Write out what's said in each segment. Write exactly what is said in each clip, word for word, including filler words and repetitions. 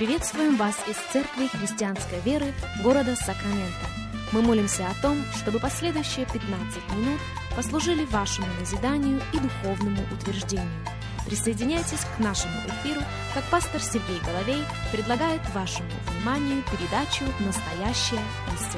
Приветствуем вас из Церкви Христианской Веры города Сакраменто. Мы молимся о том, чтобы последующие пятнадцать минут послужили вашему назиданию и духовному утверждению. Присоединяйтесь к нашему эфиру, как пастор Сергей Головей предлагает вашему вниманию передачу «Настоящая истина».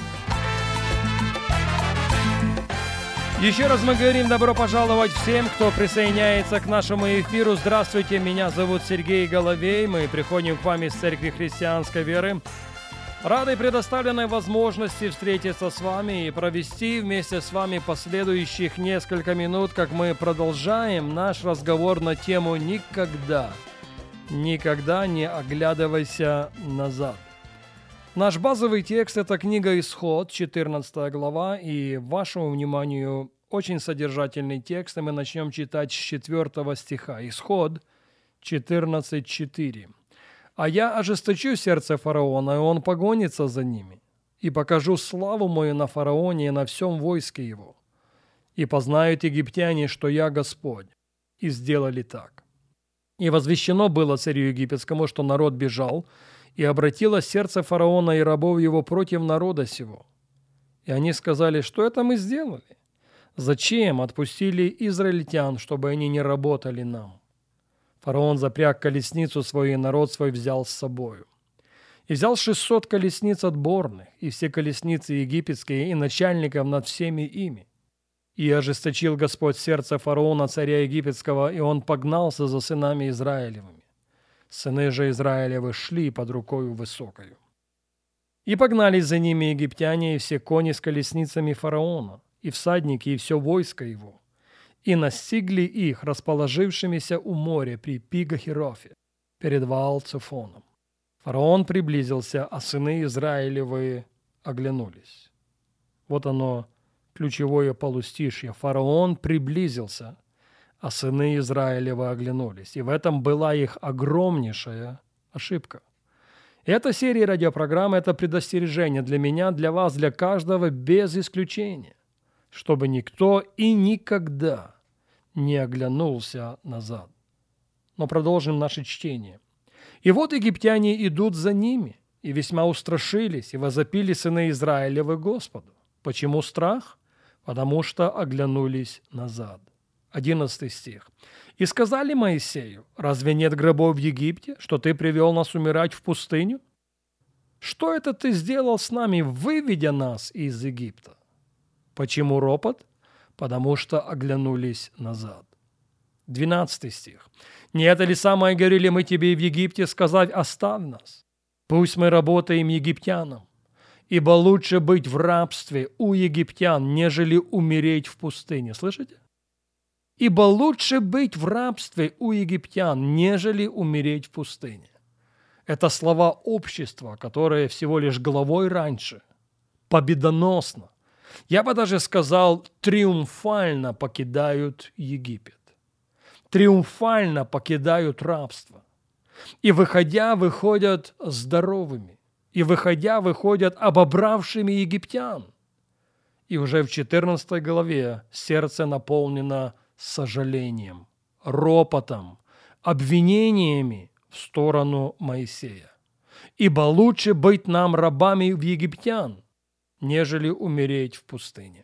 Еще раз мы говорим добро пожаловать всем, кто присоединяется к нашему эфиру. Здравствуйте, меня зовут Сергей Головей. Мы приходим к вам из Церкви Христианской Веры. Рады предоставленной возможности встретиться с вами и провести вместе с вами последующих несколько минут, как мы продолжаем наш разговор на тему «Никогда, никогда не оглядывайся назад». Наш базовый текст – это книга «Исход», четырнадцатая глава, и вашему вниманию очень содержательный текст, и мы начнем читать с четвертого стиха. «Исход» четырнадцать четыре. «А я ожесточу сердце фараона, и он погонится за ними, и покажу славу мою на фараоне и на всем войске его. И познают египтяне, что я Господь». И сделали так. И возвещено было царю египетскому, что народ бежал, и обратилось сердце фараона и рабов его против народа сего. И они сказали: что это мы сделали? Зачем отпустили израильтян, чтобы они не работали нам? Фараон запряг колесницу свою, и народ свой взял с собою. И взял шестьсот колесниц отборных, и все колесницы египетские, и начальников над всеми ими. И ожесточил Господь сердце фараона, царя египетского, и он погнался за сынами Израилевыми. Сыны же Израилевы шли под рукою высокою. И погнались за ними египтяне, и все кони с колесницами фараона, и всадники, и все войско его, и настигли их, расположившимися у моря при Пигахерофе, перед Ваал-Цефоном. Фараон приблизился, а сыны Израилевы оглянулись. Вот оно, ключевое полустишье. Фараон приблизился, а сыны Израилева оглянулись. И в этом была их огромнейшая ошибка. И эта серия радиопрограмм – это предостережение для меня, для вас, для каждого без исключения, чтобы никто и никогда не оглянулся назад. Но продолжим наше чтение. «И вот египтяне идут за ними, и весьма устрашились, и возопили сыны Израилевы Господу. Почему страх? Потому что оглянулись назад». Одиннадцатый стих. «И сказали Моисею: разве нет гробов в Египте, что ты привел нас умирать в пустыню? Что это ты сделал с нами, выведя нас из Египта? Почему ропот? Потому что оглянулись назад». Двенадцатый стих. «Не это ли самое говорили мы тебе в Египте, сказать: оставь нас, пусть мы работаем египтянам? Ибо лучше быть в рабстве у египтян, нежели умереть в пустыне». Слышите? «Ибо лучше быть в рабстве у египтян, нежели умереть в пустыне». Это слова общества, которое всего лишь главой раньше, победоносно, я бы даже сказал, триумфально покидают Египет, триумфально покидают рабство. И выходя, выходят здоровыми, и выходя, выходят обобравшими египтян. И уже в четырнадцатой главе сердце наполнено сожалением, ропотом, обвинениями в сторону Моисея. «Ибо лучше быть нам рабами в египтян, нежели умереть в пустыне».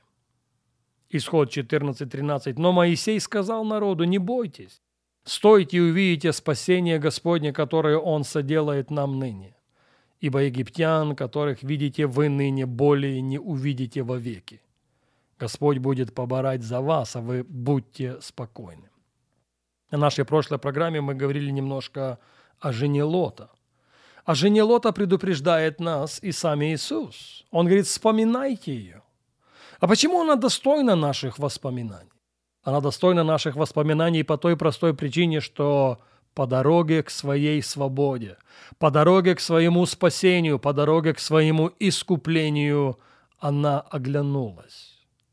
Исход четырнадцать тринадцать. «Но Моисей сказал народу: не бойтесь, стойте и увидите спасение Господне, которое Он соделает нам ныне. Ибо египтян, которых видите вы ныне, более не увидите вовеки. Господь будет поборать за вас, а вы будьте спокойны». На нашей прошлой программе мы говорили немножко о жене Лота. О жене Лота предупреждает нас и сам Иисус. Он говорит: вспоминайте ее. А почему она достойна наших воспоминаний? Она достойна наших воспоминаний по той простой причине, что по дороге к своей свободе, по дороге к своему спасению, по дороге к своему искуплению она оглянулась.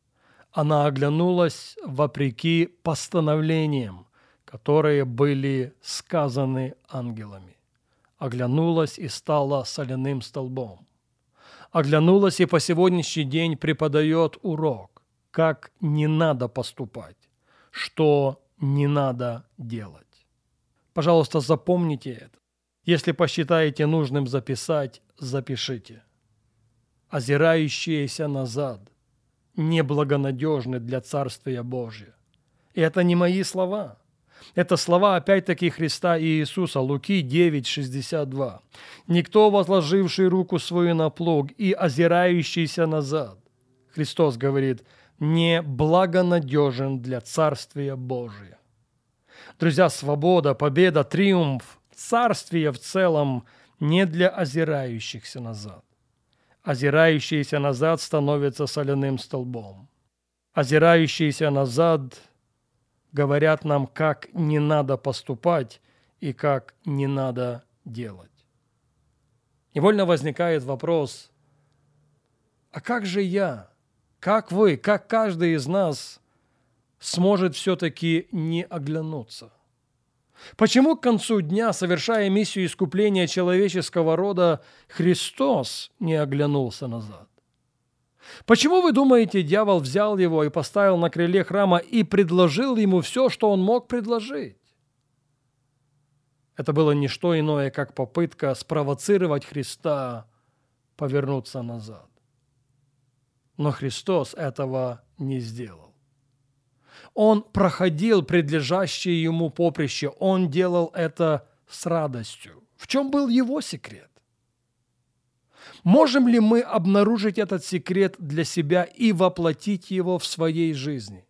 Она оглянулась вопреки постановлениям, которые были сказаны ангелами. Оглянулась и стала соляным столбом. Оглянулась и по сегодняшний день преподает урок, как не надо поступать, что не надо делать. Пожалуйста, запомните это. Если посчитаете нужным записать, запишите. Озирающиеся назад неблагонадежны для Царствия Божия. И это не мои слова. Это слова, опять-таки, Христа и Иисуса, Луки девять шестьдесят два. «Никто, возложивший руку свою на плуг и озирающийся назад», Христос говорит, «не благонадежен для Царствия Божия». Друзья, свобода, победа, триумф, царствие в целом не для озирающихся назад. Озирающиеся назад становятся соляным столбом. Озирающиеся назад говорят нам, как не надо поступать и как не надо делать. Невольно возникает вопрос, а как же я, как вы, как каждый из нас сможет все-таки не оглянуться? Почему к концу дня, совершая миссию искупления человеческого рода, Христос не оглянулся назад? Почему, вы думаете, дьявол взял его и поставил на крыле храма и предложил ему все, что он мог предложить? Это было не что иное, как попытка спровоцировать Христа повернуться назад. Но Христос этого не сделал. Он проходил предлежащее ему поприще, он делал это с радостью. В чем был его секрет? Можем ли мы обнаружить этот секрет для себя и воплотить его в своей жизни?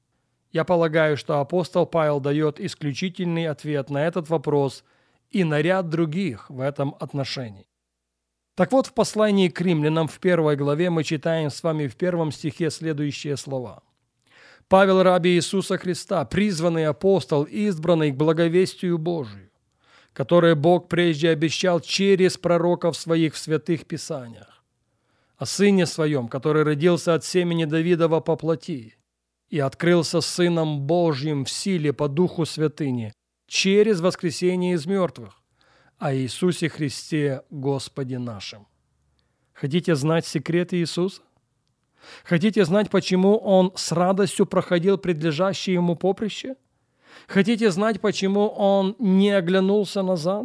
Я полагаю, что апостол Павел дает исключительный ответ на этот вопрос и на ряд других в этом отношении. Так вот, в послании к римлянам в первой главе мы читаем с вами в первом стихе следующие слова. «Павел, раби Иисуса Христа, призванный апостол, избранный к благовестию Божию, которое Бог прежде обещал через пророков своих в святых писаниях, о Сыне Своем, который родился от семени Давидова по плоти и открылся Сыном Божьим в силе по Духу Святыни через воскресение из мертвых, о Иисусе Христе Господе нашим». Хотите знать секрет Иисуса? Хотите знать, почему Он с радостью проходил предлежащее Ему поприще? Хотите знать, почему Он не оглянулся назад?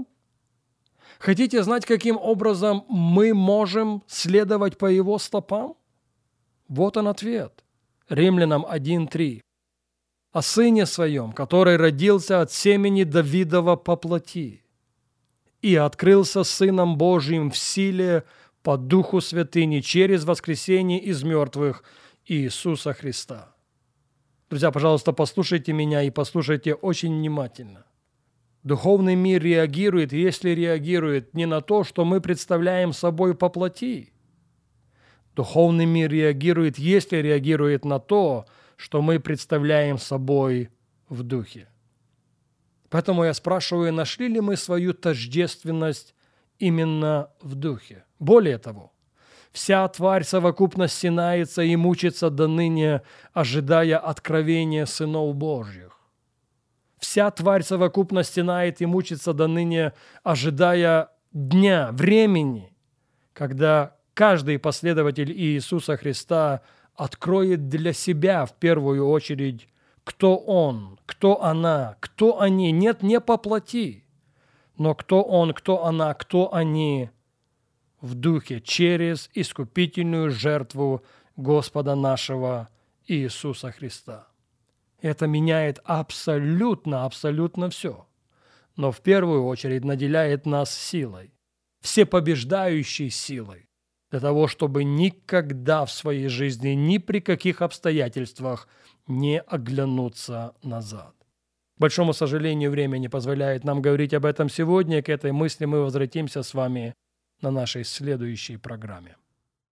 Хотите знать, каким образом мы можем следовать по Его стопам? Вот он ответ. Римлянам один три. «О Сыне Своем, который родился от семени Давидова по плоти и открылся Сыном Божьим в силе по Духу Святыни через воскресение из мертвых Иисуса Христа». Друзья, пожалуйста, послушайте меня и послушайте очень внимательно. Духовный мир реагирует, если реагирует не на то, что мы представляем собой по плоти. Духовный мир реагирует, если реагирует на то, что мы представляем собой в духе. Поэтому я спрашиваю, нашли ли мы свою тождественность именно в духе? Более того, вся тварь совокупно стенается и мучится до ныне, ожидая откровения сынов Божьих. Вся тварь совокупно стенает и мучится до ныне, ожидая дня, времени, когда каждый последователь Иисуса Христа откроет для себя в первую очередь, кто Он, кто она, кто они. Нет, не по плоти, но кто Он, кто она, кто они в духе через искупительную жертву Господа нашего Иисуса Христа. Это меняет абсолютно, абсолютно все. Но в первую очередь наделяет нас силой, всепобеждающей силой, для того, чтобы никогда в своей жизни, ни при каких обстоятельствах не оглянуться назад. К большому сожалению, время не позволяет нам говорить об этом сегодня. К этой мысли мы возвратимся с вами на нашей следующей программе.